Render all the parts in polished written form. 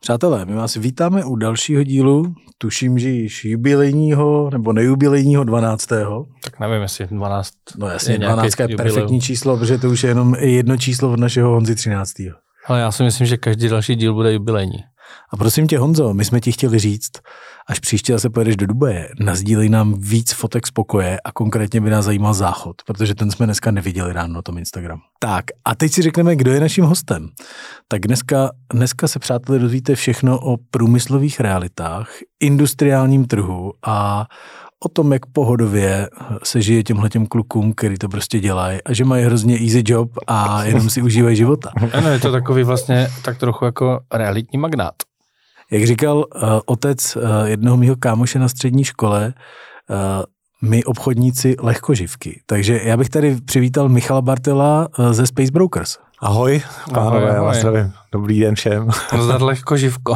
Přátelé, my vás vítáme u dalšího dílu, tuším, že již jubilejního nebo nejubilejního 12. Tak nevím, jestli 12. No jasně, 12 je perfektní číslo, protože to už je jenom jedno číslo od našeho Honzy 13. Ale já si myslím, že každý další díl bude jubilejní. A prosím tě, Honzo, my jsme ti chtěli říct, až příště zase pojedeš do Dubaje, nazdílej nám víc fotek z pokoje a konkrétně by nás zajímal záchod, protože ten jsme dneska neviděli ráno na tom Instagramu. Tak a teď si řekneme, kdo je naším hostem. Tak dneska se, přátelé, dozvíte všechno o průmyslových realitách, industriálním trhu a o tom, jak pohodově se žije těmhletěm klukům, který to prostě dělají a že mají hrozně easy job a jenom si užívají života. Ano, je to takový vlastně tak trochu jako realitní magnát. Jak říkal otec jednoho mýho kámoše na střední škole, my obchodníci lehkoživky. Takže já bych tady přivítal Michala Bartela ze Space Brokers. Ahoj, pánové, já vás zdravím. Dobrý den všem. Zdar lehkoživko.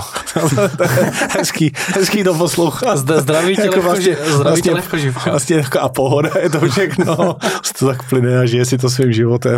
hezký to poslouchat. Zdraví tě jako lehkoživka. Vlastně taková pohoda je to všechno. To tak plyne a žije si to svým životem.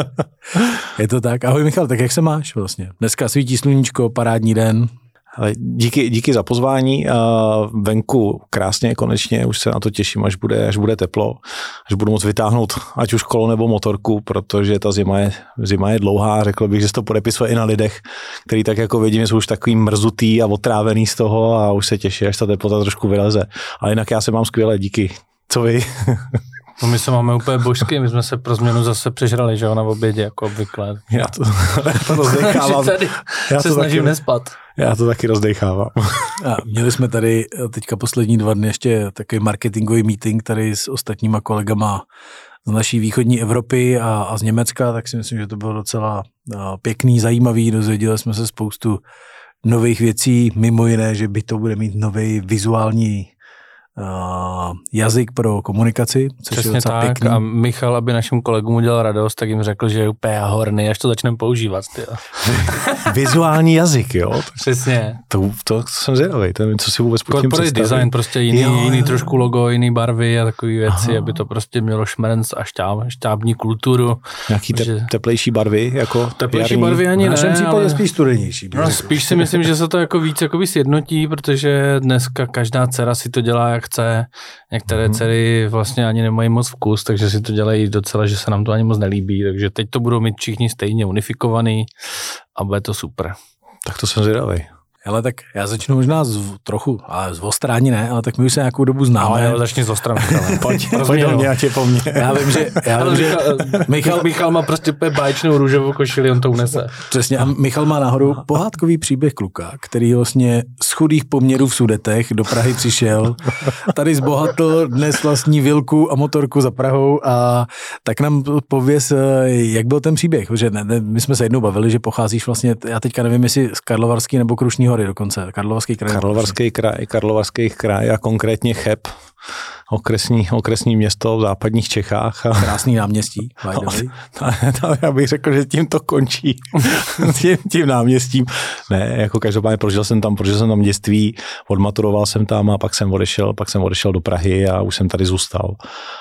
Je to tak. Ahoj Michal, tak jak se máš vlastně? Dneska svítí sluníčko, parádní den. Ale díky za pozvání. Venku krásně, konečně, už se na to těším, až bude teplo, až budu moct vytáhnout ať už kolo nebo motorku, protože ta zima je dlouhá, řekl bych, že se to podepisuje i na lidech, který tak jako vidím, jsou už takový mrzutý a otrávený z toho a už se těší, až ta teplota trošku vyleze. Ale jinak já se mám skvěle, díky. Co vy? No my se máme úplně božsky, my jsme se pro změnu zase přežrali, že jo, na obědě, jako obvykle. Já to rozdechávám. Já se snažím nespat. Já to taky rozdechávám. A měli jsme tady teďka poslední 2 dny ještě takový marketingový meeting tady s ostatníma kolegama z naší východní Evropy a z Německa, tak si myslím, že to bylo docela pěkný, zajímavý, dozvěděli jsme se spoustu nových věcí, mimo jiné, že by to bude mít nový vizuální jazyk pro komunikaci, což přesně je docela tak, pěkný. A Michal, aby našim kolegům udělal radost, tak jim řekl, že je úplně horný, až to začneme používat. Vizuální jazyk, jo? Přesně. To jsem zvědavý, to nevím, co si vůbec pod tím představit. Corporate design, prostě jiný trošku logo, jiný barvy a takové věci, aby to prostě mělo šmrnc a štábní kulturu. Nějaký teplejší barvy, jako teplejší barvy ani ne, ale spíš studenější. No, spíš si myslím, že se to jako víc jakoby sjednotí, protože dneska každá dcera si to dělá, jak chce. Některé dcery vlastně ani nemají moc vkus, takže si to dělají docela, že se nám to ani moc nelíbí, takže teď to budou mít všichni stejně unifikovaný a bude to super. Tak to jsem zvědavý. Ale tak já začnu možná trochu, ale z Ostrání ne, ale tak my už se nějakou dobu známe. Ale začni z Ostrany. Pojď do mě, ať je po mně. Já vím, že Michal má prostě báječnou růžovou košili, on to unese. Přesně, a Michal má nahoru pohádkový příběh kluka, který vlastně z chudých poměrů v Sudetech do Prahy přišel, tady zbohatl, dnes vlastní vilku a motorku za Prahou a tak nám pověz, jak byl ten příběh, protože my jsme se jednou bavili, že pocházíš vlastně, já teďka nevím, jestli z Karlovarský nebo Krušný Hory dokonce, Karlovarský kraj a konkrétně Cheb, okresní město v západních Čechách. Krásný náměstí. Já bych řekl, že tím to končí. tím náměstím. Ne, jako každopádně prožil jsem tam dětství, odmaturoval jsem tam a pak jsem odešel do Prahy a už jsem tady zůstal.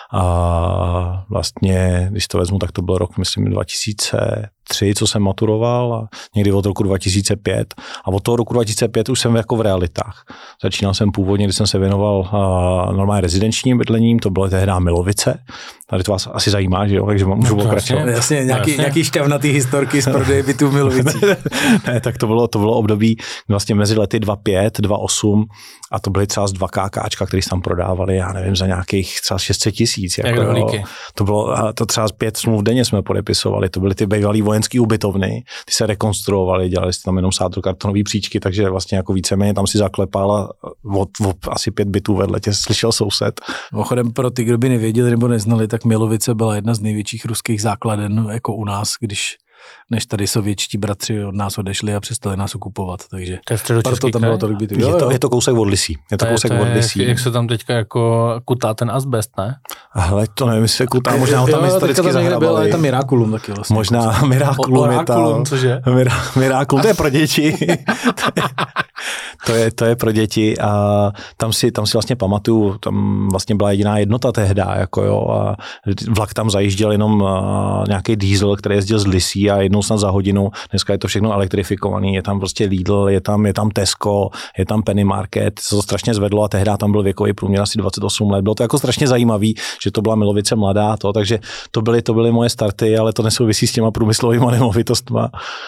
A vlastně, když to vezmu, tak to byl rok, myslím, 2003, co jsem maturoval a někdy od roku 2005. A od toho roku 2005 už jsem jako v realitách. Začínal jsem původně, když jsem se věnoval normálně rezidenčním bydlením, to bylo tehdy Milovice. Tady to vás asi zajímá, že jo, takže můžu pokračovat. Jasně, nějaký šťavnatý historky z prodeje bytů v Milovicích. Ne, tak to bylo období vlastně mezi lety 2005, 2008 a to byly třeba z 2 KKčka, který tam prodávali, já nevím, za nějakých třeba 600 000. Jako, to bylo to třeba 5 smluv denně jsme podepisovali, to byly ty bývalý vojenský ubytovny, ty se rekonstruovali, dělali si tam jenom sátrokartonové příčky, takže vlastně jako víceméně tam si zaklepal a od asi 5 bytů vedle tě slyšel soused. Mimochodem pro ty, kdo by nevěděli nebo neznali, tak Milovice byla jedna z největších ruských základen jako u nás, než tady sovětští bratři od nás odešli a přestali nás okupovat, takže proto tam bylo tolik bytů. Je to kousek od Lisí. Jak se tam teďka jako kutá ten azbest, ne? Ale to nevím, jestli se kutá, možná ho tam historicky zahrabali. Je tam Miraculum taky vlastně. Možná Miraculum je tam. Cože? Miraculum, to je pro děti. To je pro děti a tam si vlastně pamatuju, tam vlastně byla jediná jednota tehda, jako jo, a vlak tam zajížděl jenom nějaký diesel, který jezdil z Lisí a jednou snad za hodinu. Dneska je to všechno elektrifikovaný, je tam prostě Lidl, je tam Tesco, je tam Penny Market, to strašně zvedlo a tehda tam byl věkový průměr asi 28 let. Bylo to jako strašně zajímavý, že to byla Milovice mladá, takže to byly moje starty, ale to nesouvisí s těma průmyslovými nemovitostma.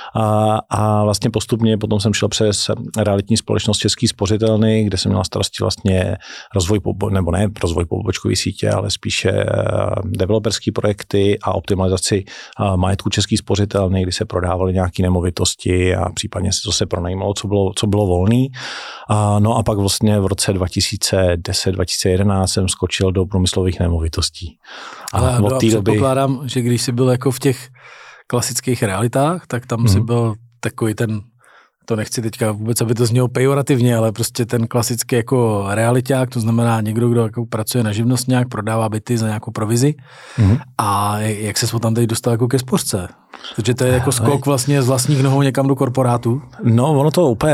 A vlastně postupně potom jsem šel přes realitní společnost Český spořitelny, kde jsem měl na starosti vlastně rozvoj pobočkový sítě, ale spíše developerský projekty a optimalizaci majetku Český spořitelny, kdy se prodávaly nějaké nemovitosti a případně se to se pronajímalo, co bylo volný. No a pak vlastně v roce 2010-2011 jsem skočil do průmyslových nemovitostí. Ale od té doby předpokládám, že když jsi byl jako v těch klasických realitách, tak tam si byl takový ten, to nechci teďka vůbec, aby to znělo pejorativně, ale prostě ten klasický jako realiták, to znamená někdo, kdo jako pracuje na živnostňák, prodává byty za nějakou provizi. A jak se tam teď dostal jako ke spořce? Takže to je jako skok vlastně z vlastních nohou někam do korporátu. No, ono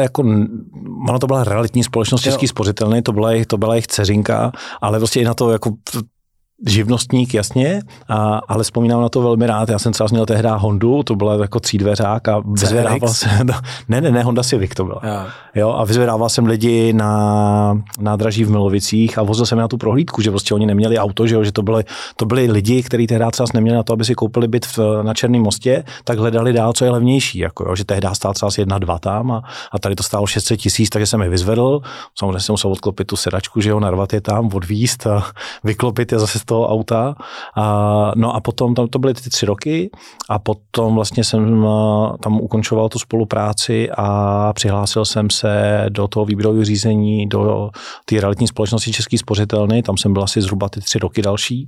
to byla realitní společnost Český spořitelny, to byla jejich dceřinka, ale vlastně i na to jako živnostník, jasně, ale vzpomínám na to velmi rád. Já jsem třeba měl tehdy Hondu, to byla jako třídveřák a vyzvedával jsem, ne, Honda Civic to byla. Jo, a vyzvedával jsem lidi na nádraží v Milovicích a vozil jsem na tu prohlídku, že prostě oni neměli auto, že to byli lidi, kteří tehdy třeba neměli na to, aby si koupili byt na Černém mostě, tak hledali dál, co je levnější, jako jo, že tehdy stál třeba 1-2 tam a tady to stálo 600 000, takže jsem je vyzvedl. Samozřejmě jsem musel odklopit tu sedačku, že jo, narvat je tam, odvízt a vyklopit je zase toho auta. No a potom to byly ty 3 roky a potom vlastně jsem tam ukončoval tu spolupráci a přihlásil jsem se do toho výběrového řízení do té realitní společnosti Český spořitelny. Tam jsem byl asi zhruba ty 3 roky další.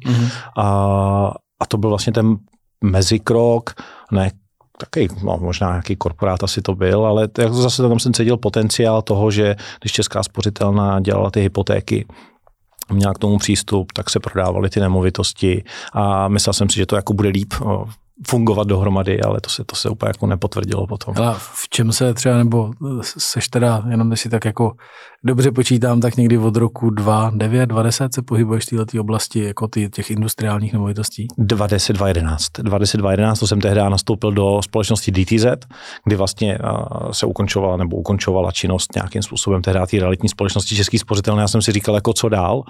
A to byl vlastně ten mezikrok, ne taky, možná nějaký korporát asi to byl, ale zase tam jsem cítil potenciál toho, že když Česká spořitelna dělala ty hypotéky, měla k tomu přístup, tak se prodávaly ty nemovitosti a myslel jsem si, že to jako bude líp fungovat dohromady, ale to se úplně jako nepotvrdilo potom. Ale v čem se třeba, nebo seš teda, jenom jestli tak jako dobře počítám, tak někdy od roku 2009-2010 se pohybuješ v této oblasti jako těch industriálních nemovitostí? 2010-2011, to jsem tehdy nastoupil do společnosti DTZ, kdy vlastně se ukončovala činnost nějakým způsobem tehdy té realitní společnosti Český spořitelny. Já jsem si říkal, jako co dál.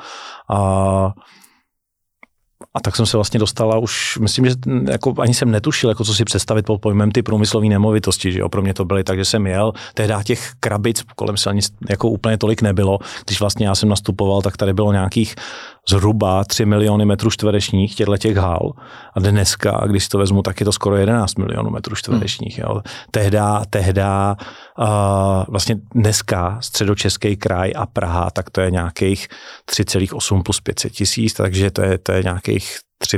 A tak jsem se vlastně dostala už, myslím, že jako ani jsem netušil, jako co si představit pod pojmem ty průmyslové nemovitosti, že jo, pro mě to byly tak, že jsem jel, tehdy těch krabic kolem se ani jako úplně tolik nebylo, když vlastně já jsem nastupoval, tak tady bylo nějakých zhruba 3 miliony metrů čtverečních těch hal a dneska, když to vezmu, tak je to skoro 11 milionů metrů čtverečních, jo. Tehda vlastně dneska Středočeský kraj a Praha, tak to je nějakých 3,8 plus 500 000, takže to je nějakých 3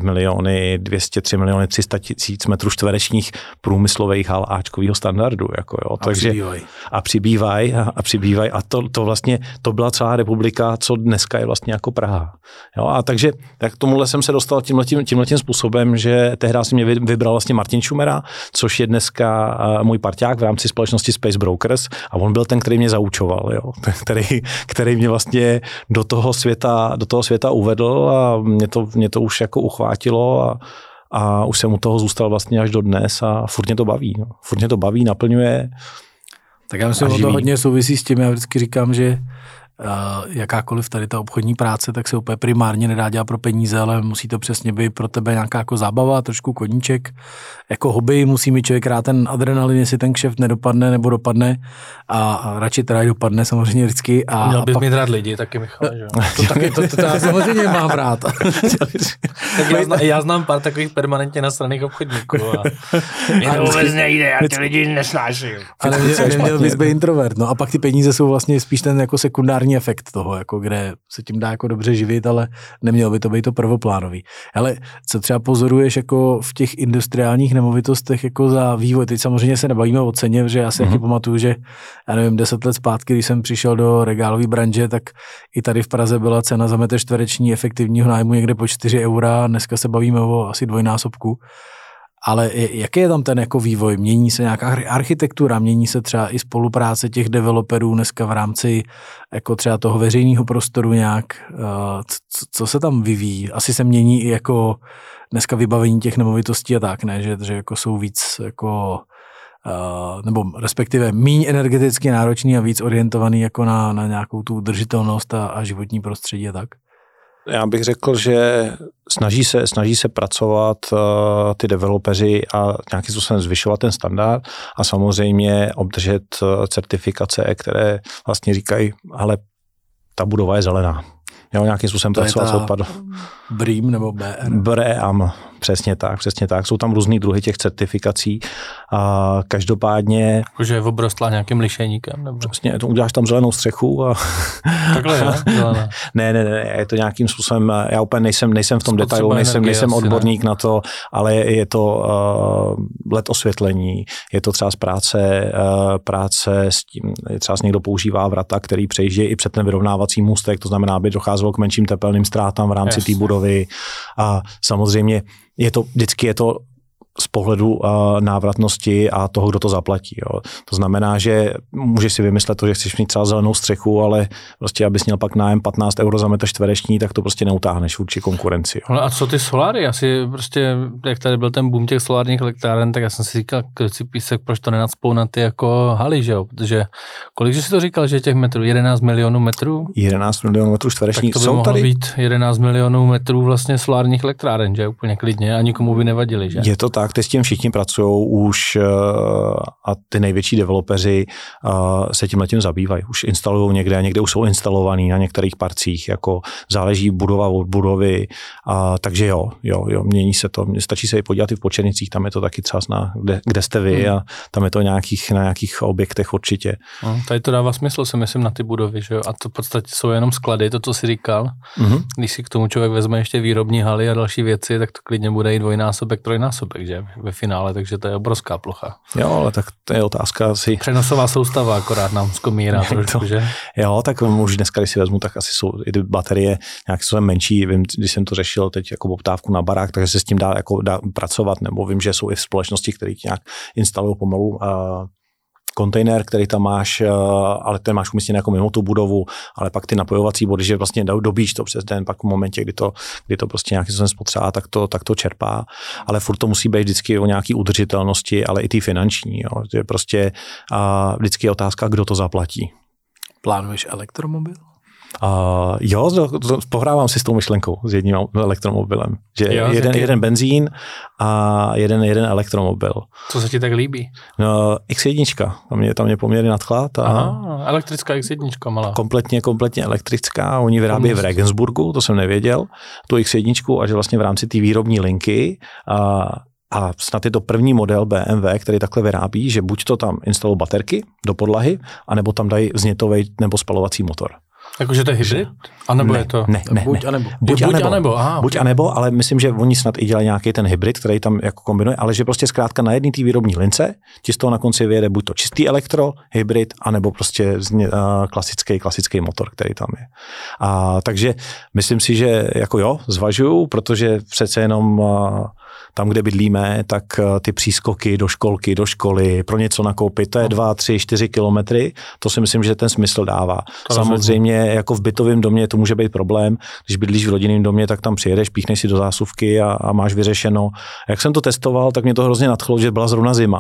300 000 metrů čtverečních průmyslových hal áčkového standardu. Jako jo. A přibývají. A to vlastně, to byla celá republika, co dneska je vlastně jako Praha. Jo, a takže tak tomuhle jsem se dostal tímhletím způsobem, že tehdy si mě vybral vlastně Martin Šumera, což je dneska můj parťák v rámci společnosti Space Brokers a on byl ten, který mě zaučoval, jo. Který mě vlastně do toho světa uvedl a mě to už jako uchvátilo a už jsem u toho zůstal vlastně až do dnes a furt mě to baví. No. Furt mě to baví, naplňuje. Tak já myslím, že to hodně souvisí s tím, já vždycky říkám, že jakákoliv tady ta obchodní práce, tak se úplně primárně nedá dělat pro peníze, ale musí to přesně být pro tebe nějaká jako zábava, trošku koníček, jako hobby, musí mít člověk rád ten adrenalin, jestli ten kšeft nedopadne nebo dopadne a radši teda dopadne samozřejmě vždycky. A měl bys mít rád lidi, taky Michal, že? To já samozřejmě mám rád. Tak já znám pár takových permanentně nasraných obchodníků. Mně to vůbec nejde, já ty lidi nesnáším. Ale neměl bys být introvert, no a pak ty peníze jsou vlastně spíš ten jako sekundární efekt toho, jako kde se tím dá jako dobře živit, ale nemělo by to být to prvoplánový. Ale co třeba pozoruješ jako v těch industriálních nemovitostech jako za vývoj, teď samozřejmě se nebavíme o ceně, protože já si taky pamatuju, že já nevím, 10 let zpátky, když jsem přišel do regálové branže, tak i tady v Praze byla cena za metr čtvereční efektivního nájmu někde po 4 €, dneska se bavíme o asi dvojnásobku. Ale jaký je tam ten jako vývoj? Mění se nějaká architektura, mění se třeba i spolupráce těch developerů dneska v rámci jako třeba toho veřejného prostoru nějak? Co se tam vyvíjí? Asi se mění i jako dneska vybavení těch nemovitostí a tak, ne? Že jako jsou víc jako nebo respektive míň energeticky náročný a víc orientovaný jako na nějakou tu udržitelnost a životní prostředí a tak? Já bych řekl, že snaží se pracovat ty developeři a nějakým způsobem zvyšovat ten standard a samozřejmě obdržet certifikace, které vlastně říkají, ale ta budova je zelená. Jo, nějakým způsobem pracovat s odpadem. BREEAM nebo BR? BREEAM, přesně tak. Jsou tam různý druhy těch certifikací. A každopádně... Jakože je obrostlá nějakým lišejníkem? Nebo? Přesně, to uděláš tam zelenou střechu a... Takhle, jo? Ne, je to nějakým způsobem, já úplně nejsem v tom detailu, nejsem odborník na to, ale je to LED osvětlení, je to třeba z práce s tím, třeba někdo používá vrata, který přejíždí i před ten vyrovnávací můstek, to znamená, aby docházelo k menším tepelným ztrátám v rámci té budovy a samozřejmě vždycky je to z pohledu návratnosti a toho, kdo to zaplatí. Jo. To znamená, že můžeš si vymyslet to, že chceš mít třeba zelenou střechu, ale prostě, abys měl pak nájem 15 € za metr čtvereční, tak to prostě neutáhneš vůči konkurenci. Jo. No a co ty soláry? Asi prostě, jak tady byl ten boom těch solárních elektráren, tak já jsem si říkal, písek, proč to nenacpou na ty jako haly, že jo? Protože kolik jsi to říkal, že těch metrů? 11 milionů metrů? 11 milionů metrů čtverečních. Tak to by mohlo být 11 milionů metrů vlastně solárních elektráren, že úplně klidně a nikomu by nevadili, že? Je to tak, ty s tím všichni pracují už a ty největší developeři se tímhletím zabývají. Už instalují někde už jsou instalovaný na některých parcích, jako záleží budova od budovy, takže jo, mění se to. Stačí se i podívat i v Počernicích, tam je to taky třeba kde jste vy a tam je to na nějakých objektech určitě. Tady to dává smysl, si myslím, na ty budovy, že jo? A to v podstatě jsou jenom sklady, to, co jsi říkal. Když si k tomu člověk vezme ještě výrobní haly a další věci, tak to klidně bude i dvojnásobek, trojnásobek, že? Ve finále, takže to je obrovská plocha. Jo, ale tak to je otázka asi. Přenosová soustava akorát nám zkomírá trošku, že? Jo, tak už dneska, když si vezmu, tak asi jsou i baterie nějak jsou menší. Vím, když jsem to řešil teď jako poptávku na barák, takže se s tím dá pracovat, nebo vím, že jsou i v společnosti, které ti nějak instalují pomalu kontejner, který tam máš, ale ten máš umístěný jako mimo tu budovu, ale pak ty napojovací body, že vlastně dobíš to přes den, pak v momentě, kdy to prostě nějaký způsobem spotřebá, tak to čerpá, ale furt to musí být vždycky o nějaký udržitelnosti, ale i ty finanční, jo. To je prostě vždycky je otázka, kdo to zaplatí. Plánuješ elektromobil? Jo, pohrávám si s tou myšlenkou s jedním elektromobilem. Že jeden benzín a jeden elektromobil. Co se ti tak líbí? No, X1, tam mě poměrně nadchla. Elektrická X1 malá. Kompletně elektrická. Oni vyrábějí v Regensburgu, to jsem nevěděl, tu X1 a že vlastně v rámci té výrobní linky a snad je to první model BMW, který takhle vyrábí, že buď to tam instalují baterky do podlahy, anebo tam dají vznětový nebo spalovací motor. Jakože to je hybrid? A nebo je to? Ne. Buď a nebo, ale myslím, že oni snad i dělají nějaký ten hybrid, který tam jako kombinuje, ale že prostě zkrátka na jedné té výrobní lince ti z toho na konci vyjede buď to čistý elektro, hybrid, anebo prostě klasický motor, který tam je. Takže myslím si, že jako jo, zvažuju, protože přece jenom tam, kde bydlíme, tak ty přískoky do školky, do školy, pro něco nakoupit, to je 2, 3, 4 kilometry, to si myslím, že ten smysl dává. Samozřejmě jako v bytovém domě to může být problém, když bydlíš v rodinném domě, tak tam přijedeš, píchneš si do zásuvky a máš vyřešeno. Jak jsem to testoval, tak mě to hrozně nadchlo, že byla zrovna zima.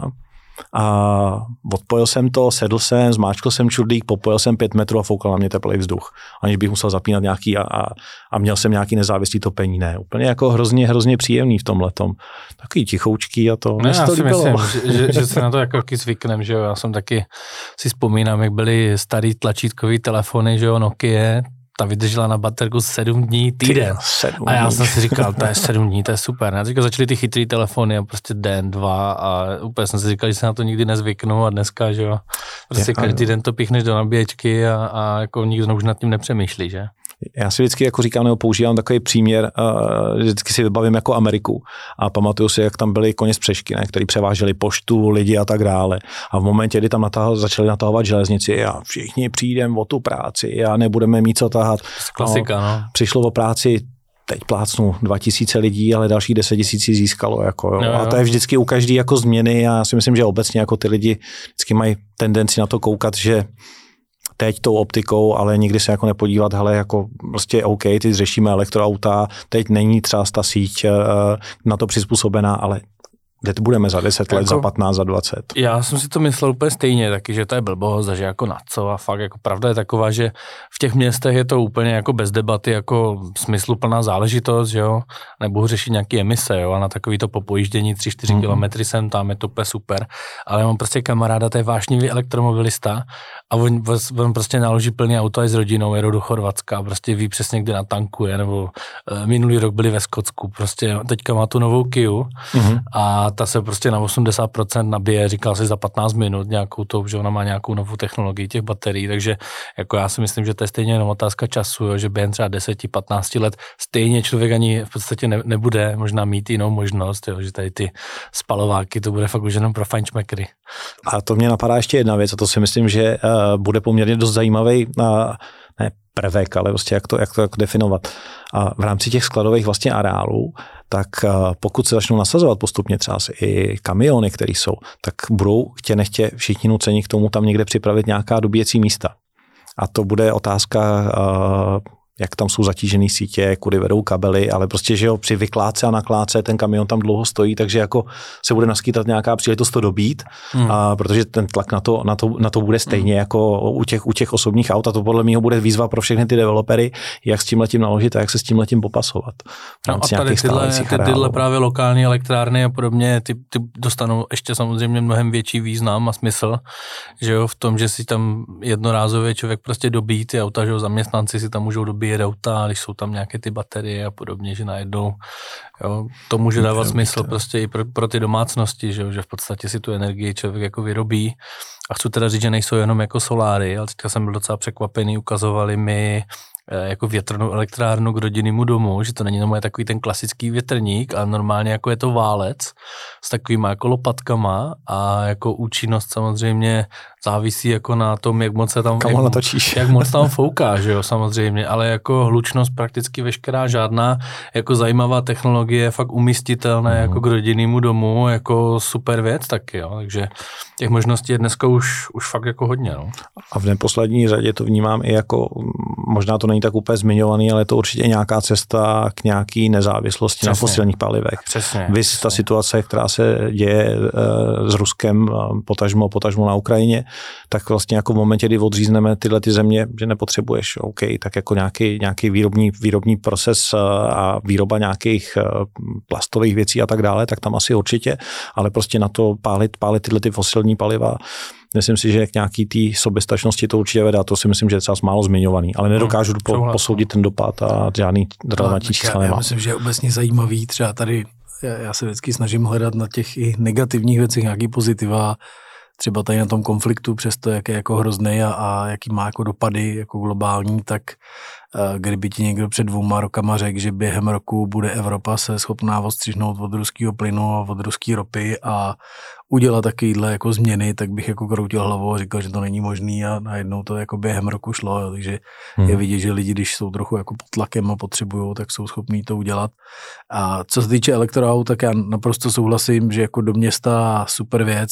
A odpojil jsem to, sedl jsem, zmáčkl jsem čudlík, popojil jsem 5 metrů a foukal na mě teplý vzduch. Aniž bych musel zapínat nějaký a měl jsem nějaký nezávislý topení. Ne, úplně jako hrozně příjemný v tomhletom. Takový tichoučký a to. Ne, já si myslím, že se na to jako zvyknem, že jo. Já jsem taky si vzpomínám, jak byly starý tlačítkový telefony, že jo, Nokia. Ta vydržela na baterku 7 dní, týden. A já jsem si říkal, to je 7 dní, to je super. Já říkal, začaly ty chytrý telefony a prostě den, 2 a úplně jsem si říkal, že se na to nikdy nezvyknu a dneska, že jo, prostě každý den to píchneš do nabíječky a jako nikdo už nad tím nepřemýšlí, že? Já si vždycky jako říkám, nebo používám takový příměr, vždycky si vybavím jako Ameriku a pamatuju si, jak tam byli koně z Přešky, který převáželi poštu, lidi a tak dále. A v momentě, kdy tam začali natahovat železnici a všichni přijdeme o tu práci a nebudeme mít co tahat. Klasika, no. Přišlo o práci teď plácnu 2000 lidí, ale dalších 10 000 získalo. Jako, jo. Jo. A to je vždycky u každý jako změny a já si myslím, že obecně jako ty lidi vždycky mají tendenci na to koukat, že teď tou optikou, ale nikdy se jako nepodívat, hele, jako prostě OK, teď řešíme elektroauta, teď není třeba ta síť na to přizpůsobená, ale kde to budeme za 10 let, za 15, za 20. Já jsem si to myslel úplně stejně taky, že to je blbost, že jako na co a fakt jako pravda je taková, že v těch městech je to úplně jako bez debaty, jako smysluplná záležitost, že jo, nebudu řešit nějaké emise, jo, a na takový to popojíždění 3-4 kilometry sem tam je to úplně super, ale já mám prostě kamaráda, to je vášnivý elektromobilista a on prostě naloží plný auto i s rodinou, jedou do Chorvatska, prostě ví přesně, kde natankuje, nebo minulý rok byli ve Skotsku, prostě teďka má tu novou Kia a ta se prostě na 80% nabije, říkal si za 15 minut nějakou to, že ona má nějakou novou technologii těch baterií, takže jako já si myslím, že to je stejně jenom otázka času, jo, že během třeba 10-15 let stejně člověk ani v podstatě nebude možná mít jinou možnost, jo, že tady ty spalováky, to bude fakt už jenom pro fajnšmekry. A to mě napadá ještě jedna věc a to si myslím, že bude poměrně dost zajímavý ne prvek, ale prostě jak to definovat. A v rámci těch skladových vlastně areálů, tak pokud se začnou nasazovat postupně třeba i kamiony, které jsou, tak budou chtě nechtě všichni nuceni k tomu tam někde připravit nějaká dobíjecí místa. A to bude otázka, jak tam jsou zatížený sítě, kudy vedou kabely, ale prostě, že jo, při vykládce a nakládce ten kamion tam dlouho stojí, takže jako se bude naskýtat nějaká příležitost to dobít, protože ten tlak na to bude stejně jako u těch osobních aut a to podle mě bude výzva pro všechny ty developery, jak s tímhletím naložit a jak se s tímhletím popasovat. No a tady tyhle právě lokální elektrárny a podobně, ty dostanou ještě samozřejmě mnohem větší význam a smysl, že jo, v tom, že si tam jednorázově člověk prostě dobíjí ty auta, že jo, zaměstnanci si tam můžou dobíjet auta, když jsou tam nějaké ty baterie a podobně, že najednou, jo, to může dávat smysl prostě i pro ty domácnosti, že v podstatě si tu energii člověk jako vyrobí. A chci teda říct, že nejsou jenom jako soláry, ale teďka jsem byl docela překvapený, ukazovali mi jako větrnou elektrárnu k rodinnému domu, že to není jenom takový ten klasický větrník, ale normálně jako je to válec s takovýma jako lopatkama a jako účinnost samozřejmě závisí jako na tom, jak moc se tam jak moc tam fouká, že jo, samozřejmě, ale jako hlučnost prakticky veškerá žádná, jako zajímavá technologie, fakt umístitelné jako k rodinnému domu, jako super věc taky, jo, takže těch možností je dneska už fakt jako hodně, no. A v neposlední řadě to vnímám i jako, možná to není tak úplně zmiňovaný, ale je to určitě nějaká cesta k nějaký nezávislosti na fosilních palivech. Přesně. Vys ta situace, která se děje s Ruskem, potažmo na Ukrajině, tak vlastně jako v momentě, kdy odřízneme tyhle ty země, že nepotřebuješ, OK, tak jako nějaký výrobní proces a výroba nějakých plastových věcí a tak dále, tak tam asi určitě, ale prostě na to pálit tyhle ty fosilní paliva, myslím si, že k nějaký té soběstačnosti to určitě vede a to si myslím, že je třeba málo zmiňovaný, ale nedokážu posoudit ten dopad a žádný relevantní čísla nemám. Já myslím, že je obecně zajímavý, třeba tady já se vždycky snažím hledat na těch i negativních věcech nějaký pozitiva, třeba tady na tom konfliktu, přesto jak je jako hrozný a jaký má jako dopady jako globální, tak kdyby ti někdo před 2 rokama řekl, že během roku bude Evropa se schopná odstřihnout od ruského plynu a od ruské ropy a udělat takovýhle jako změny, tak bych jako kroutil hlavou a říkal, že to není možný a najednou to jako během roku šlo, jo. Takže je vidět, že lidi, když jsou trochu jako pod tlakem a potřebujou, tak jsou schopní to udělat. A co se týče elektroaut, tak já naprosto souhlasím, že jako do města super věc.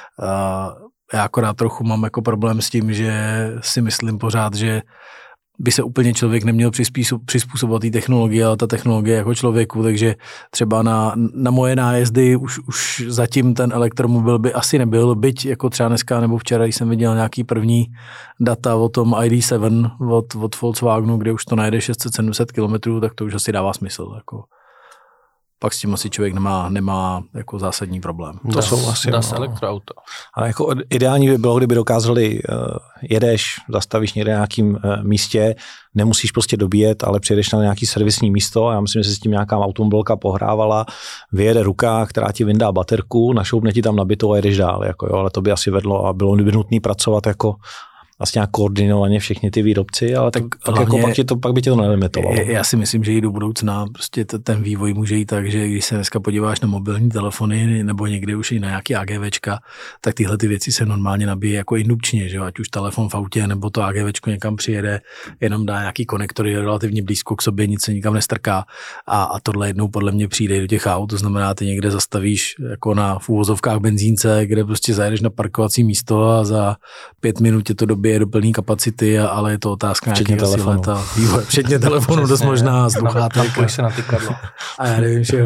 Já akorát trochu mám jako problém s tím, že si myslím pořád, že by se úplně člověk neměl přizpůsobovat té technologie, ale ta technologie jako člověku, takže třeba na moje nájezdy už zatím ten elektromobil by asi nebyl, byť jako třeba dneska nebo včera jsem viděl nějaký první data o tom ID7 od Volkswagenu, kde už to najede 600-700 km, tak to už asi dává smysl. Jako. Pak s tím asi člověk nemá jako zásadní problém. To jsou asi elektroauto. Ale jako ideální by bylo, kdyby dokázali, jedeš, zastavíš někde na nějakým místě, nemusíš prostě dobíjet, ale přijedeš na nějaký servisní místo a já myslím, že se s tím nějaká automobilka pohrávala, vyjede ruka, která ti vyndá baterku, našoupne ti tam nabitou a jedeš dál. Jako jo, ale to by asi vedlo a bylo by nutné pracovat jako vlastně nějak koordinovaně všechny ty výrobci, ale tak hlavně, jako pak by tě to nelimitovalo. Já si myslím, že i do budoucna prostě ten vývoj může jít tak, že když se dneska podíváš na mobilní telefony nebo někde už i na nějaký AGVčka, tak tyhle ty věci se normálně nabíjí jako indukčně, že ať už telefon v autě nebo to AGVčko někam přijede, jenom dá nějaký konektory relativně blízko k sobě, nic se nikam nestrká a tohle jednou podle mě přijde do těch aut, to znamená, ty někde zastavíš jako na v úvozovkách benzínce, kde prostě zajedeš na parkovací místo a za 5 minut tě to dobije do plné kapacity, ale je to otázka nějakého sileta vývoje. Včetně telefonu, dost možná sluchátek. se na tykadlo. A já nevím všeho.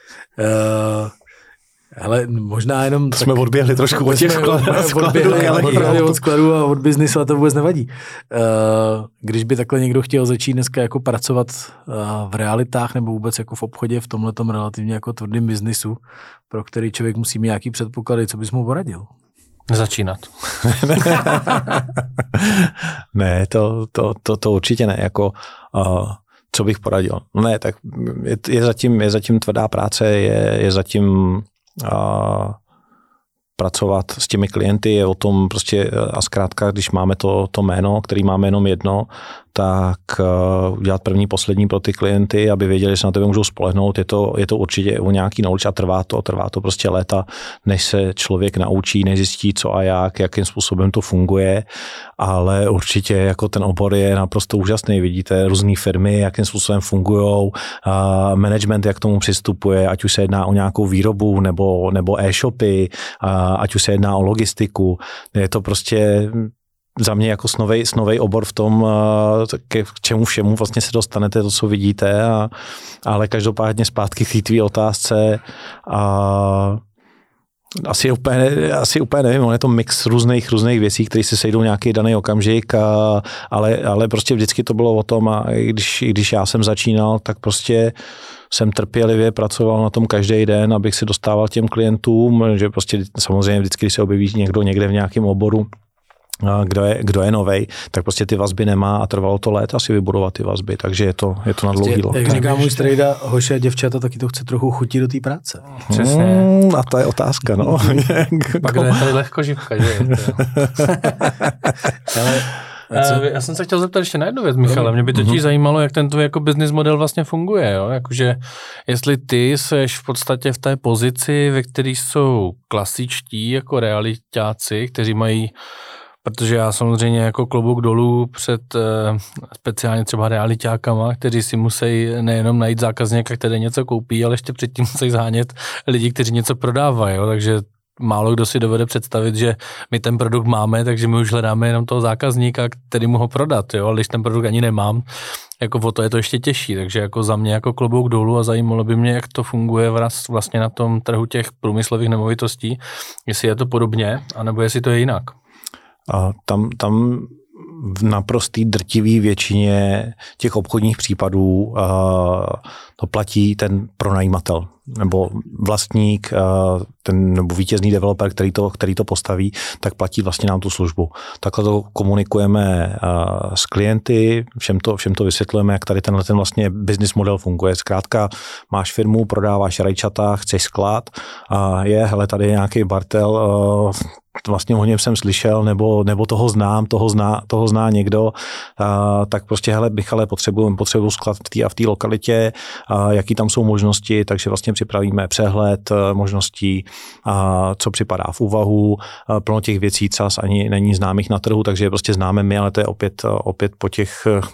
Hele, možná jenom... Jsme odběhli trošku od těch skladů. Od skladů a od biznisu a to vůbec nevadí. Když by takhle někdo chtěl začít dneska jako pracovat v realitách nebo vůbec jako v obchodě v tomhletom relativně jako tvrdým biznisu, pro který člověk musí mít nějaký předpoklady, co bys mu poradil? Začínat. Ne, to určitě ne. Jako, co bych poradil? Ne, tak je zatím tvrdá práce, je zatím pracovat s těmi klienty, je o tom prostě a zkrátka, když máme to jméno, který máme jenom jedno, tak udělat první, poslední pro ty klienty, aby věděli, že se na tebe můžou spolehnout. Je to určitě o nějaký knowledge a trvá to prostě léta, než se člověk naučí, než zjistí co a jakým způsobem to funguje, ale určitě jako ten obor je naprosto úžasný. Vidíte různé firmy, jakým způsobem fungujou, management, jak k tomu přistupuje, ať už se jedná o nějakou výrobu nebo e-shopy, ať už se jedná o logistiku. Je to prostě za mě jako snovej obor v tom, k čemu všemu vlastně se dostanete, to, co vidíte, ale každopádně zpátky k té tvý otázce. Asi úplně nevím, on je to mix různých věcí, které se sejdou nějaký daný okamžik, ale prostě vždycky to bylo o tom, a když já jsem začínal, tak prostě jsem trpělivě pracoval na tom každý den, abych se dostával těm klientům, že prostě samozřejmě vždycky, když se objeví někdo někde v nějakém oboru, kdo je novej, tak prostě ty vazby nemá a trvalo to léta si vybudovat ty vazby, takže je to na dlouhý lot. Jak říká můj strejda, hoši a děvčata, taky to chce trochu chutit do té práce. Přesně. A to je otázka, no. Pak je tady lehkoživka, že? Já jsem se chtěl zeptat ještě na jednu věc, Michale. Mě by totiž zajímalo, jak ten tvůj jako business model vlastně funguje. Jo? Jakože, jestli ty seš v podstatě v té pozici, ve které jsou klasičtí jako realitáci, kteří mají, protože já samozřejmě jako klobouk dolů před speciálně třeba realitákama, kteří si musí nejenom najít zákazníka, který něco koupí, ale ještě předtím musí zhánět lidi, kteří něco prodávají. Jo? Takže málo kdo si dovede představit, že my ten produkt máme, takže my už hledáme jenom toho zákazníka, který mu ho prodat, jo, ale když ten produkt ani nemám, jako o to je to ještě těžší, takže jako za mě jako klobouk dolů a zajímalo by mě, jak to funguje vlastně na tom trhu těch průmyslových nemovitostí, jestli je to podobně, anebo jestli to je jinak. A tam v naprostý drtivý většině těch obchodních případů to platí ten pronajímatel nebo vlastník, nebo vítězný developer, který to postaví, tak platí vlastně nám tu službu. Takhle to komunikujeme s klienty, všem to vysvětlujeme, jak tady tenhle vlastně business model funguje. Zkrátka máš firmu, prodáváš rajčata, chceš sklad a hele, tady je nějaký Bartel, vlastně o něm jsem slyšel, nebo toho znám, toho zná někdo, tak prostě hele, Michale, potřebuju sklad v té lokalitě, jaký tam jsou možnosti, takže vlastně připravíme přehled možností, co připadá v úvahu, plno těch věcí třeba ani není známých na trhu, takže je prostě známe my, ale to je opět po těch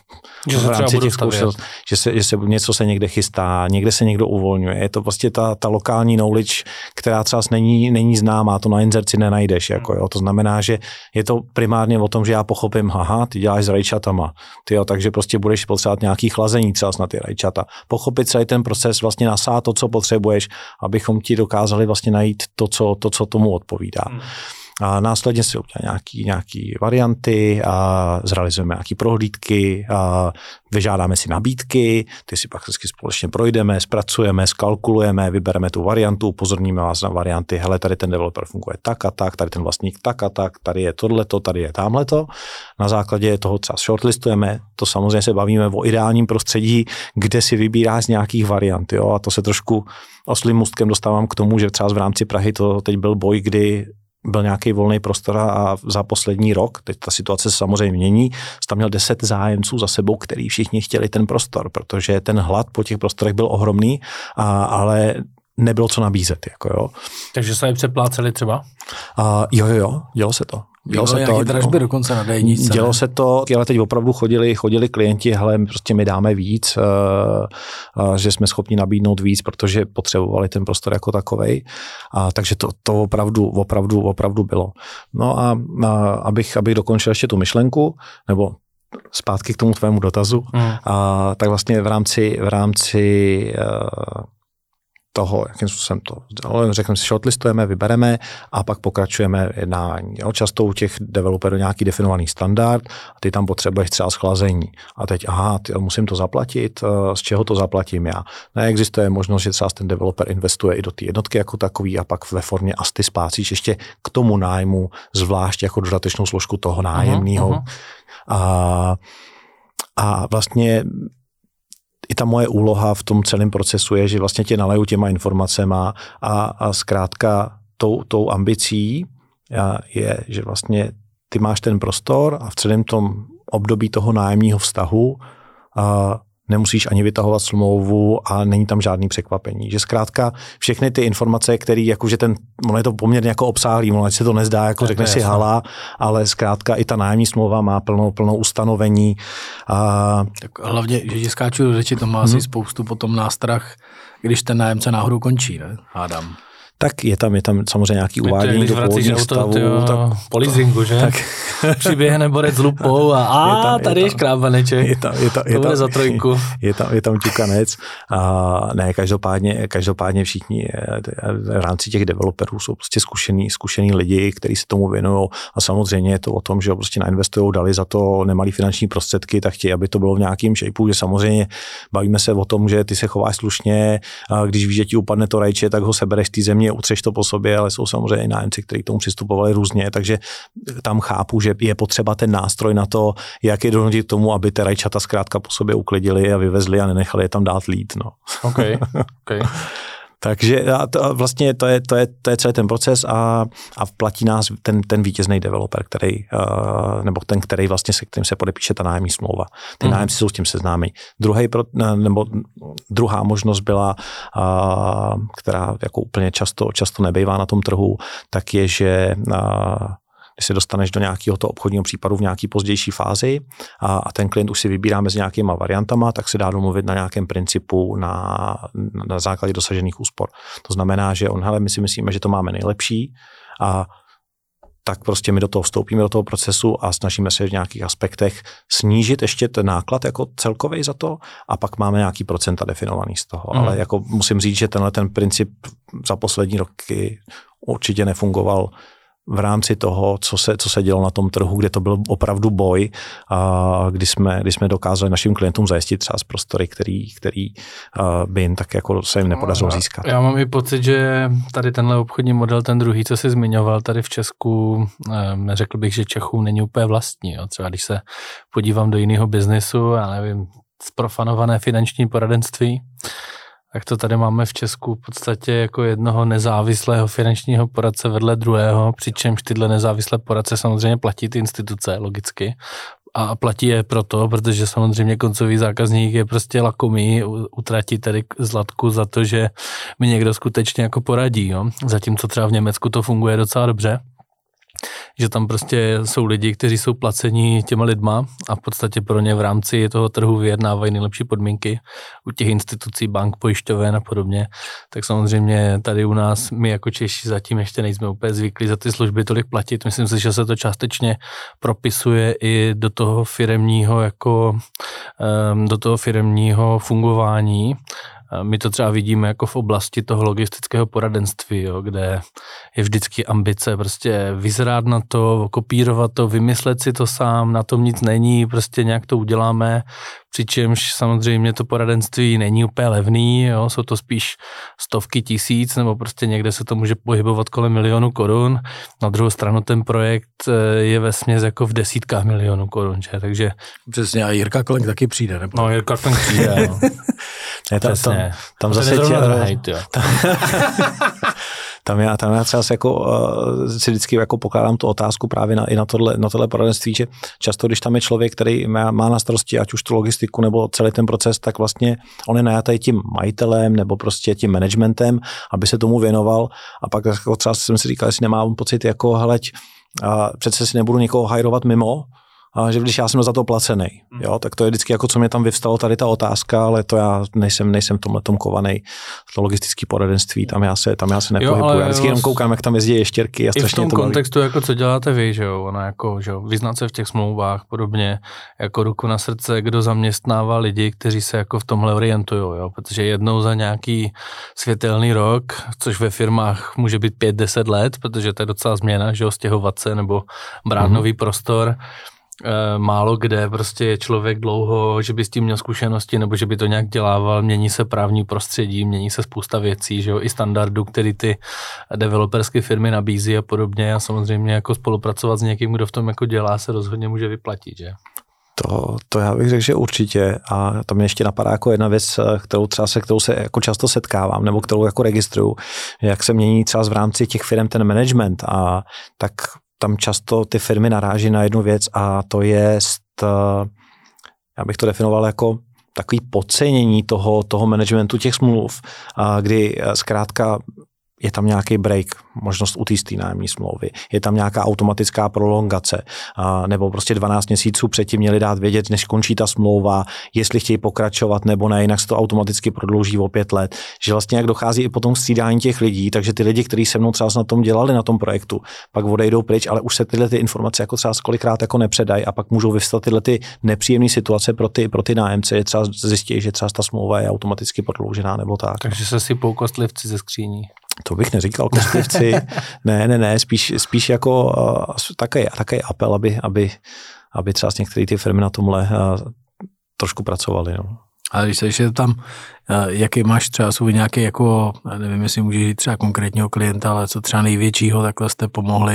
v rámci těch zkušeností, že se něco se někde chystá, někde se někdo uvolňuje. Je to prostě ta lokální knowledge, která třeba není známá, to na inzerci nenajdeš. Jako, jo. To znamená, že je to primárně o tom, že já pochopím, ty děláš s rajčatama, takže prostě budeš potřebovat nějaký chlazení třeba na ty rajčata. Pochopit celý ten proces, vlastně nasát to, co potřebuješ, abychom ti dokázali vlastně najít to, co tomu odpovídá. A následně si uděláme nějaký varianty a zrealizujeme nějaké prohlídky a vyžádáme si nabídky, ty si pak vždycky společně projdeme, zpracujeme, skalkulujeme, vybereme tu variantu, upozorníme vás na varianty, hele, tady ten developer funguje tak a tak, tady ten vlastník tak a tak, tady je tohleto, tady je támhleto. Na základě toho třeba shortlistujeme, to samozřejmě se bavíme o ideálním prostředí, kde si vybíráš z nějakých variant, jo, a to se trošku oslým můstkem dostávám k tomu, že třeba v rámci Prahy to teď byl boj, kdy byl nějaký volný prostor a za poslední rok, teď ta situace se samozřejmě mění, tam měl 10 zájemců za sebou, který všichni chtěli ten prostor, protože ten hlad po těch prostorech byl ohromný, ale nebylo co nabízet. Jako jo. Takže se je přepláceli třeba? Jo, dělo se to. Dělo se to. Dražby dokonce na D1. Dělo se to, ale teď opravdu chodili klienti, hele, my dáme víc, že jsme schopni nabídnout víc, protože potřebovali ten prostor jako takovej. Takže to opravdu bylo. No a abych dokončil ještě tu myšlenku, nebo zpátky k tomu tvému dotazu, tak vlastně v rámci toho, jakým způsobem to řekneme si, shortlistujeme, vybereme a pak pokračujeme jednání. Často u těch developerů nějaký definovaný standard a ty tam potřebuješ třeba schlazení. A teď, musím to zaplatit, z čeho to zaplatím já? Neexistuje možnost, že třeba ten developer investuje i do té jednotky jako takový a pak ve formě ty splácíš ještě k tomu nájmu, zvlášť jako dodatečnou složku toho nájemního. A vlastně i ta moje úloha v tom celém procesu je, že vlastně tě naleju těma informacema a zkrátka tou ambicí je, že vlastně ty máš ten prostor a v celém tom období toho nájemního vztahu nemusíš ani vytahovat smlouvu a není tam žádný překvapení. Že zkrátka všechny ty informace, které jakože ono je to poměrně jako obsáhlý, ono se to nezdá, jako řekne si hala, ale zkrátka i ta nájemní smlouva má plnou ustanovení. Tak hlavně, že ti skáču do řeči, to má asi spoustu potom nástrah, když ten nájemce náhodou končí, ne? Hádám. Tak je tam samozřejmě nějaký uvádění do původních stavů. Po leasingu, že? Tak. Přiběhne borec s lupou a tady je škrábaneček. To bude za trojku. Je tam ťukanec. Ne, každopádně všichni v rámci těch developerů jsou prostě zkušený lidi, kteří se tomu věnují a samozřejmě je to o tom, že prostě nainvestujou, dali za to nemalý finanční prostředky, tak chtějí, aby to bylo v nějakým shapeu, že samozřejmě bavíme se o tom, že ty se chováš slušně, a když víš, že ti upadne to rajče, tak ho sebereš z té země, utřeš to po sobě, ale jsou samozřejmě i nájemci, kteří k tomu přistupovali různě, takže tam chápu, že je potřeba ten nástroj na to, jak je donutit k tomu, aby ty rajčata zkrátka po sobě uklidili a vyvezli a nenechali je tam dát lít. No. Okay. Takže vlastně to je celý ten proces a platí nás ten vítězný developer, který vlastně se kterým se podepíše ta nájemní smlouva. Ty nájemci jsou s tím seznámí. Druhá možnost byla, která jako úplně často nebejvá na tom trhu, tak je, že když se dostaneš do nějakého toho obchodního případu v nějaký pozdější fázi a ten klient už si vybírá mezi nějakýma variantama, tak se dá domluvit na nějakém principu na základě dosažených úspor. To znamená, že my si myslíme, že to máme nejlepší a tak prostě my do toho vstoupíme, do toho procesu a snažíme se v nějakých aspektech snížit ještě ten náklad jako celkovej za to a pak máme nějaký procenta definovaný z toho. Ale jako musím říct, že ten princip za poslední roky určitě nefungoval v rámci toho, co se dělo na tom trhu, kde to byl opravdu boj, a kdy jsme dokázali našim klientům zajistit třeba z prostory, který by jim tak jako se jim nepodařilo získat. Já mám i pocit, že tady tenhle obchodní model, ten druhý, co jsi zmiňoval, tady v Česku, řekl bych, že Čechům není úplně vlastní. Jo. Třeba když se podívám do jiného biznesu, já nevím, zprofanované finanční poradenství, tak to tady máme v Česku v podstatě jako jednoho nezávislého finančního poradce vedle druhého, přičemž tyhle nezávislé poradce samozřejmě platí ty instituce, logicky. A platí je proto, protože samozřejmě koncový zákazník je prostě lakomý, utratí tedy zlatku za to, že mi někdo skutečně jako poradí. Jo? Zatímco třeba v Německu to funguje docela dobře, že tam prostě jsou lidi, kteří jsou placení těma lidma a v podstatě pro ně v rámci toho trhu vyjednávají nejlepší podmínky u těch institucí, bank, pojišťoven a podobně. Tak samozřejmě tady u nás my jako Češi zatím ještě nejsme úplně zvyklí za ty služby tolik platit. Myslím si, že se to částečně propisuje i do toho firemního fungování. My to třeba vidíme jako v oblasti toho logistického poradenství, jo, kde je vždycky ambice prostě vyzrát na to, kopírovat to, vymyslet si to sám, na tom nic není, prostě nějak to uděláme, přičemž samozřejmě to poradenství není úplně levný, jo, jsou to spíš stovky tisíc, nebo prostě někde se to může pohybovat kolem 1 000 000 korun. Na druhou stranu ten projekt je vesměs jako v desítkách milionů korun, že? Takže... Přesně, a Jirka Klenk taky přijde, nebo? No, Jirka Klenk přijde, no. Tam zase Tam já třeba si vždycky jako pokládám tu otázku právě i na tohle poradenství, že často, když tam je člověk, který má na starosti ať už tu logistiku nebo celý ten proces, tak vlastně on je najatý tím majitelem nebo prostě tím managementem, aby se tomu věnoval, a pak jako třeba jsem si říkal, jestli nemám pocit jako hleď, přece si nebudu někoho hajrovat mimo, a že když já jsem za to placený, jo, tak to je vždycky jako, co mě tam vyvstalo tady ta otázka, ale to já nejsem v tomhletom kovanej. To logistické poradenství, tam já se nepohybuju. Já vždycky jenom koukám, jak tam jezdí ještěrky a strašně to baví. I v tom kontextu, jako co děláte vy, že jo, ono jako, že jo, vyznat se v těch smlouvách, podobně, jako ruku na srdce, kdo zaměstnává lidi, kteří se jako v tomhle orientujou, jo, protože jednou za nějaký světelný rok, což ve firmách může být 5-10 let, protože to je docela změna, že jo, stěhovat se nebo brát nový prostor. Málo kde prostě je člověk dlouho, že by s tím měl zkušenosti nebo že by to nějak dělával, mění se právní prostředí, mění se spousta věcí, že jo, i standardů, který ty developerské firmy nabízí a podobně, a samozřejmě jako spolupracovat s někým, kdo v tom jako dělá, se rozhodně může vyplatit, že? To já bych řekl, že určitě, a to mě ještě napadá jako jedna věc, kterou se jako často setkávám, nebo kterou jako registruju, jak se mění třeba v rámci těch firm ten management, a tak tam často ty firmy naráží na jednu věc, a to je, já bych to definoval jako takový podcenění toho managementu těch smluv, kdy zkrátka je tam nějaký break, možnost utíct nájemní smlouvy, je tam nějaká automatická prolongace, nebo prostě 12 měsíců předtím měli dát vědět, než končí ta smlouva, jestli chtějí pokračovat nebo ne, jinak se to automaticky prodlouží o 5 let. Že vlastně jak dochází i potom k střídání těch lidí, takže ty lidi, kteří se mnou třeba na tom dělali, na tom projektu, pak odejdou pryč, ale už se tyhle ty informace jako třeba kolikrát jako nepředají, a pak můžou vyvstat tyhle ty nepříjemné situace pro ty nájemce, je třeba zjistí, že třeba ta smlouva je automaticky prodloužená nebo tak. Takže se sypou kostlivci ze skříní. To bych neříkal kostlivci, ne, spíš jako takový apel, aby třeba některé ty firmy na tomhle trošku pracovaly. No. Ale když se ještě tam, jaký máš třeba svůj nějaký, jako, nevím, jestli můžeš jít třeba konkrétního klienta, ale co třeba největšího, takhle jste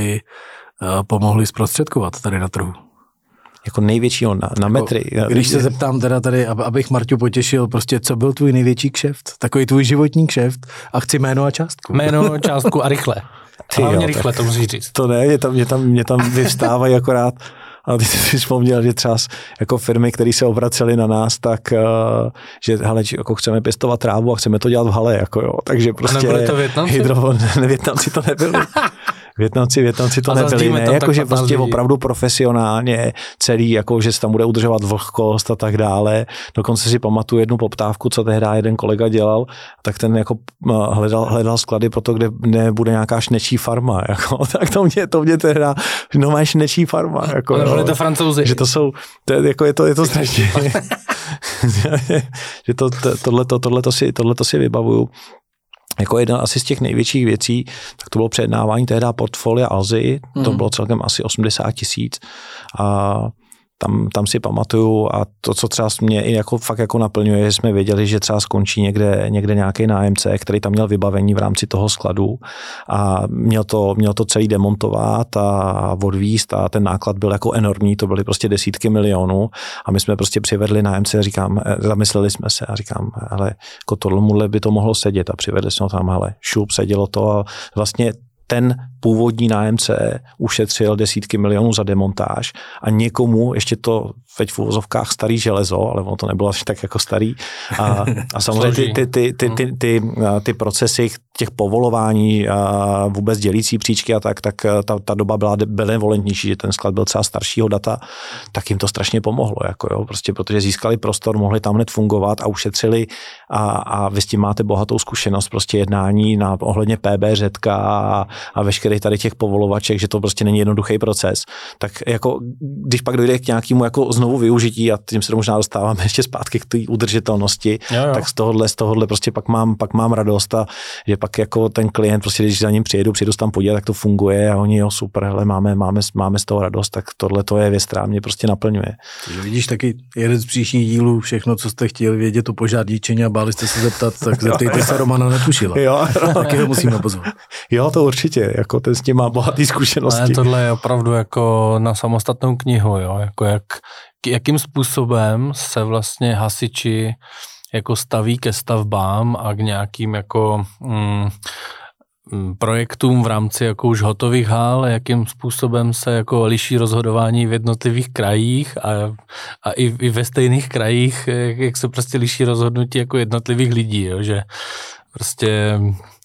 pomohli zprostředkovat tady na trhu? Jako největšího na metry. Když se zeptám teda tady, abych Marťu potěšil, prostě co byl tvůj největší kšeft? Takový tvůj životní kšeft, a chci jméno a částku. Jméno, částku a rychle. Hlavně rychle, to musíš říct. To ne, mě tam vyvstávají akorát, ale ty jsi si vzpomněl, že třeba jako firmy, které se obracely na nás, tak že hele, jako chceme pěstovat trávu a chceme to dělat v hale, jako jo. Takže prostě Vietnamci to nebyli. Vietnamci to nebyli, ne, jakože prostě opravdu profesionálně celý, jako že se tam bude udržovat vlhkost a tak dále. Dokonce si pamatuju jednu poptávku, co tehdy jeden kolega dělal, tak ten jako hledal sklady pro to, kde nebude nějaká šnečí farma, jako, tak to mě tehdy, no máš šnečí farma, jako. Ale byli to Francouzi. Že to jsou, je to strašně, že tohleto si vybavuju. Jako jedna asi z těch největších věcí, tak to bylo předjednávání tehdy portfolia Alzy, to bylo celkem asi 80 000, a tam si pamatuju, a to, co třeba mě i jako fakt jako naplňuje, že jsme věděli, že třeba skončí někde nějaký nájemce, který tam měl vybavení v rámci toho skladu a měl to celý demontovat a odvízt, a ten náklad byl jako enormní, to byly prostě desítky milionů, a my jsme prostě přivedli nájemce, zamysleli jsme se a říkám, hele, jako tohle by to mohlo sedět, a přivedli jsme ho tam, hele, šup, sedělo to, a vlastně ten původní nájemce ušetřil desítky milionů za demontáž, a někomu ještě to teď v uvozovkách starý železo, ale ono to nebylo asi tak jako starý. A samozřejmě ty procesy těch povolování a vůbec dělící příčky a tak ta doba byla benevolentnější, že ten sklad byl třeba staršího data, tak jim to strašně pomohlo, jako jo, prostě protože získali prostor, mohli tam hned fungovat a ušetřili, a vy s tím máte bohatou zkušenost, prostě jednání ohledně PB řetka a veškerých tady těch povolovaček, že to prostě není jednoduchý proces. Tak jako, když pak dojde k nějakému jako znovu využití, a tím se možná dostáváme ještě zpátky k té udržitelnosti, jo. Tak z tohohle prostě pak mám radost, a že pak jako ten klient, prostě když za ním přijedu tam podívat, tak to funguje, a oni, jo, super, hele, máme z toho radost, tak tohle to je věc, která mě prostě naplňuje. Takže vidíš taky jeden z příštích dílů, všechno, co jste chtěli vědět o požárničení a báli jste se zeptat, tak zeptejte se Romana Netušila. Jo. Taky ho musíme pozvat. Jo, to určitě, jako ten s tím má bohatý zkušenosti. Ne, tohle je opravdu jako na samostatnou knihu, jo, jako jakým způsobem se vlastně hasiči jako staví ke stavbám a k nějakým jako projektům v rámci jako už hotových hal, jakým způsobem se jako liší rozhodování v jednotlivých krajích a i ve stejných krajích, jak se prostě liší rozhodnutí jako jednotlivých lidí, jo, že prostě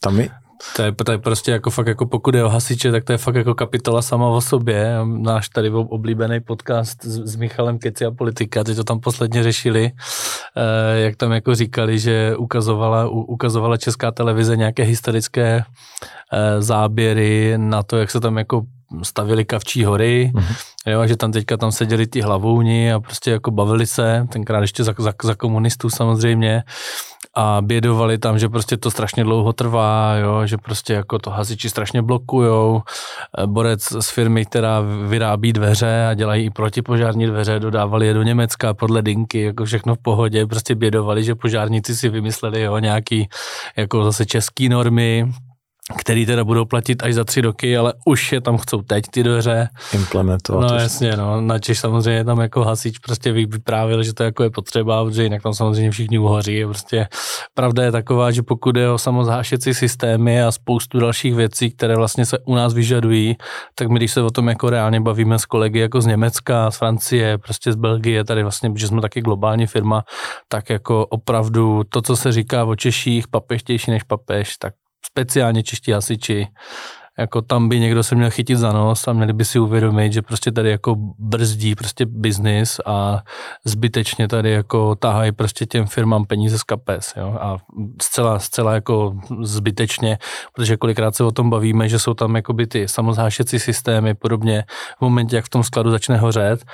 to je prostě jako fakt jako pokud je o hasiče, tak to je fakt jako kapitola sama o sobě. Náš tady oblíbený podcast s Michalem Keci a politika, teď to tam posledně řešili, jak tam jako říkali, že ukazovala Česká televize nějaké historické záběry na to, jak se tam jako stavili Kavčí hory, jo, že tam teďka tam seděli ty hlavouni a prostě jako bavili se, tenkrát ještě za komunistů samozřejmě, a bědovali tam, že prostě to strašně dlouho trvá, jo, že prostě jako to hasiči strašně blokujou. Borec z firmy, která vyrábí dveře a dělají i protipožární dveře, dodávali je do Německa podle dinky, jako všechno v pohodě, prostě bědovali, že požárníci si vymysleli, jo, nějaký jako zase český normy, který teda budou platit až za 3 roky, ale už je tam chcou teď ty dveře. Implementovat. No jasně, no. Načež samozřejmě tam jako hasič prostě vyprávěl, že to jako je potřeba, protože jinak tam samozřejmě všichni uhoří. Prostě pravda je taková, že pokud je o samozhášecí systémy a spoustu dalších věcí, které vlastně se u nás vyžadují, tak my, když se o tom jako reálně bavíme s kolegy jako z Německa, z Francie, prostě z Belgie, tady vlastně, protože jsme taky globální firma, tak jako opravdu to, co se říká o Češích, papeštější než papež, tak speciálně čeští hasiči, jako tam by někdo se měl chytit za nos a měli by si uvědomit, že prostě tady jako brzdí prostě biznis a zbytečně tady jako tahají prostě těm firmám peníze z kapes, jo, a zcela jako zbytečně, protože kolikrát se o tom bavíme, že jsou tam jakoby ty samozhášecí systémy, podobně v momentě, jak v tom skladu začne hořet.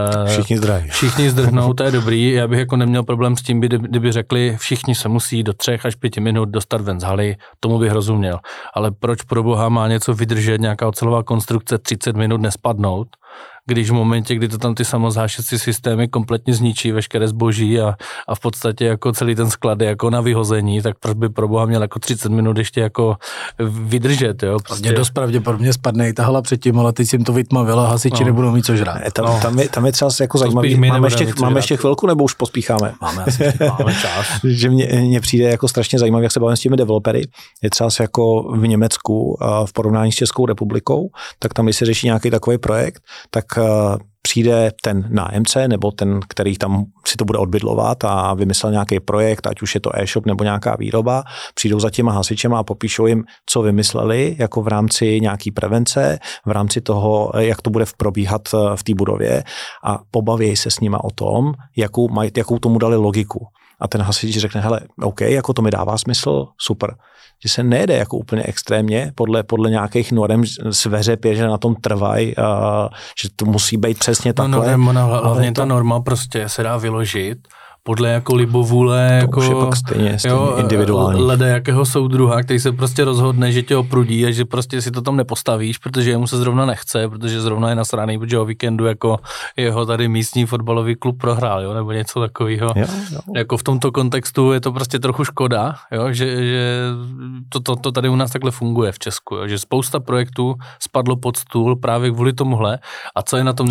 Všichni zdrhnou, to je dobrý, já bych jako neměl problém s tím, kdyby řekli, všichni se musí do 3 až 5 minut dostat ven z haly, tomu bych rozuměl, ale proč pro boha má něco vydržet, nějaká ocelová konstrukce 30 minut nespadnout, když v momentě, kdy to tam ty samozhášecí systémy kompletně zničí veškeré zboží a v podstatě jako celý ten sklad je jako na vyhození, tak proč by pro boha měl jako 30 minut ještě jako vydržet, jo? Prostě dost pravděpodobně spadne i ta hala předtím, ale teď jim to vytmavilo, hasiči nebudou mít co žrát. Tam je třeba jako zajímavý, máme ještě chvilku, nebo už pospícháme? Máme čas. Že mně přijde jako strašně zajímavý, jak se bavíme s těmi developery, je třeba jako v Německu v porovnání s Českou republikou, tak tam, když se řeší nějaký takový projekt, tak přijde ten nájemce nebo ten, který tam si to bude odbydlovat a vymyslel nějaký projekt, ať už je to e-shop nebo nějaká výroba, přijdou za těma hasičema a popíšou jim, co vymysleli, jako v rámci nějaký prevence, v rámci toho, jak to bude probíhat v té budově a pobaví se s nima o tom, jakou tomu dali logiku. A ten hasič řekne, hele, OK, jako to mi dává smysl, super. Že se nejde jako úplně extrémně, podle nějakých norem sveřepě, že na tom trvají, že to musí být přesně takhle. Hlavně ta norma prostě se dá vyložit podle jako libovůle, to jako už je pak stejně individuální. Lede jakého soudruha, který se prostě rozhodne, že tě oprudí a že prostě si to tam nepostavíš, protože jemu se zrovna nechce, protože zrovna je nasraný, protože o víkendu jako jeho tady místní fotbalový klub prohrál, jo, nebo něco takového. Jako v tomto kontextu je to prostě trochu škoda, jo, že to tady u nás takhle funguje v Česku, jo, že spousta projektů spadlo pod stůl právě kvůli tomuhle. A co je na tom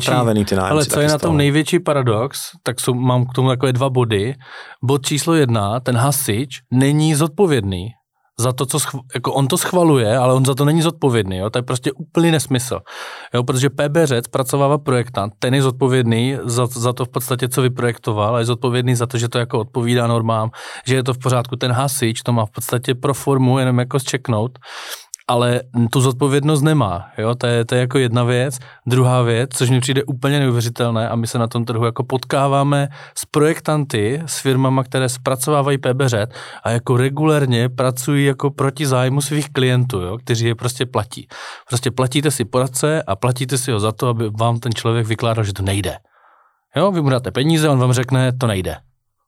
největší paradox, tak mám k tomu takové 2 body. Bod číslo 1, ten hasič není zodpovědný za to, co jako on to schvaluje, ale on za to není zodpovědný. Jo? To je prostě úplný nesmysl. Jo? Protože PBŘ zpracovává projektant, ten je zodpovědný za to v podstatě, co vyprojektoval, a je zodpovědný za to, že to jako odpovídá normám, že je to v pořádku. Ten hasič to má v podstatě pro formu jenom jako zčeknout, ale tu zodpovědnost nemá, jo, to je jako jedna věc. Druhá věc, což mi přijde úplně neuvěřitelné a my se na tom trhu jako potkáváme s projektanty, s firmama, které zpracovávají PBŘ a jako regulérně pracují jako proti zájmu svých klientů, jo, kteří je prostě platí. Prostě platíte si poradce a platíte si ho za to, aby vám ten člověk vykládal, že to nejde. Jo, vy mu dáte peníze, on vám řekne, to nejde.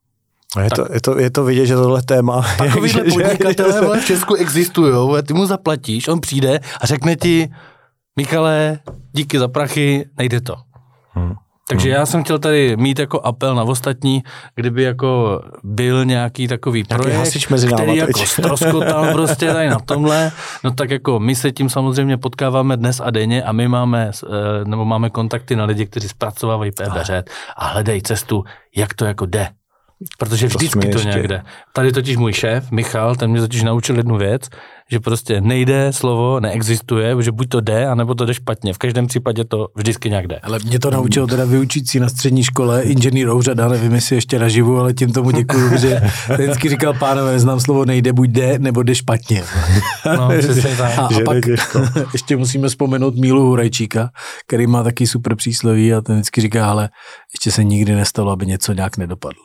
Je to vidět, že tohle téma... Takovýhle podnikatelé v Česku existují, ty mu zaplatíš, on přijde a řekne ti, Michale, díky za prachy, nejde to. Takže já jsem chtěl tady mít jako apel na ostatní, kdyby jako byl nějaký takový projekt, který jako ztroskotal prostě tady na tomhle, no tak jako my se tím samozřejmě potkáváme dnes a denně a my máme kontakty na lidi, kteří zpracovávají PBŘ a hledají cestu, jak to jako jde. Protože vždycky to nějak jde. Tady totiž můj šéf, Michal, ten mě totiž naučil jednu věc, že prostě nejde slovo, neexistuje, že buď to jde, anebo to jde špatně. V každém případě to vždycky nějak jde. Ale mě to naučil teda vyučící na střední škole, inženýr Ouřada, nevím, jestli ještě naživu, ale tím tomu děkuju, že ten vždycky říkal, pánové, neznám slovo nejde, buď jde, nebo jde špatně. No, přesně tak. A pak ještě musíme vzpomenout Mílu Hurajčíka, který má taky super přísloví a ten vždycky říká, ale ještě se nikdy nestalo, aby něco nějak nedopadlo.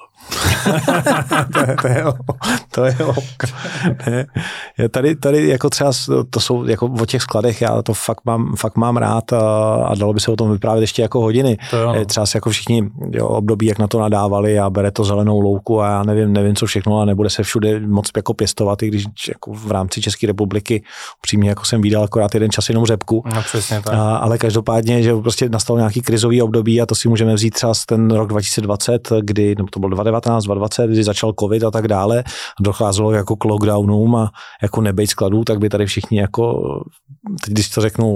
to je tady jako třeba to jsou jako o těch skladech, já to fakt mám rád a dalo by se o tom vyprávět ještě jako hodiny. Třeba se jako všichni období, jak na to nadávali a bere to zelenou louku a já nevím co všechno a nebude se všude moc jako pěstovat, i když jako v rámci České republiky upřímně jako jsem viděl akorát jeden čas jenom řepku. No, přesně tak. Ale každopádně, že prostě nastalo nějaký krizový období a to si můžeme vzít třeba ten rok 2020, kdy to byl 2020, kdy začal covid a tak dále a docházelo jako k lockdownům a jako nebejt skladů, tak by tady všichni jako, teď když to řeknu,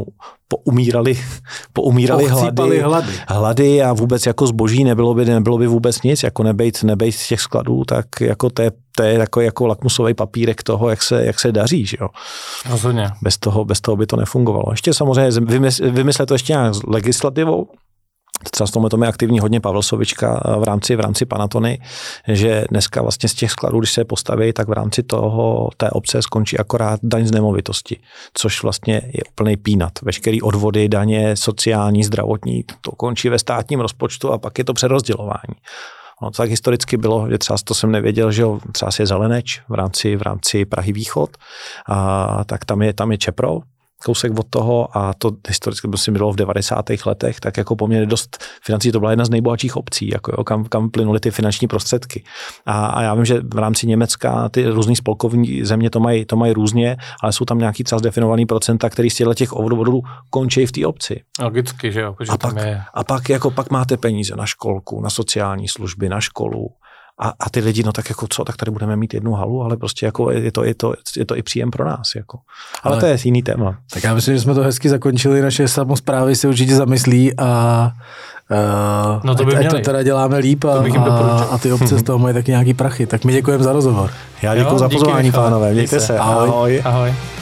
poumírali hlady a vůbec jako zboží nebylo by vůbec nic, jako nebejt těch skladů, tak jako to je jako lakmusový papírek toho, jak se daří, že jo. Rozhodně. Bez toho by to nefungovalo. Ještě samozřejmě vymyslet to ještě nějak s legislativou. Třeba s tomhle je aktivní hodně Pavel Sovička v rámci Panatony, že dneska vlastně z těch skladů, když se postaví, tak v rámci té obce skončí akorát daň z nemovitosti, což vlastně je úplný peanut. Veškerý odvody, daně, sociální, zdravotní, to končí ve státním rozpočtu a pak je to přerozdělování. No, tak historicky bylo, že třeba to jsem nevěděl, že třeba je Zeleneč v rámci Prahy Východ, a tak tam je Čepro, kousek od toho a to historicky bylo v 90. letech, tak jako poměrně dost financí, to byla jedna z nejbohatších obcí, jako jo, kam plynuly ty finanční prostředky. A já vím, že v rámci Německa ty různý spolkovní země to mají různě, ale jsou tam nějaký třeba zdefinovaný procenta, který z těch odvodů končí v té obci. Logicky, že jo. Pak máte peníze na školku, na sociální služby, na školu. A ty lidi, no tak jako co, tak tady budeme mít jednu halu, ale prostě jako je to i příjem pro nás. Jako. Ale to je jiný téma. Tak já myslím, že jsme to hezky zakončili, naše samosprávy se určitě zamyslí a no to by ať to teda děláme líp a ty obce z toho mají taky nějaký prachy. Tak my děkujeme za rozhovor. Já děkuji za pozvání, pánové. Mějte se. Ahoj. Ahoj.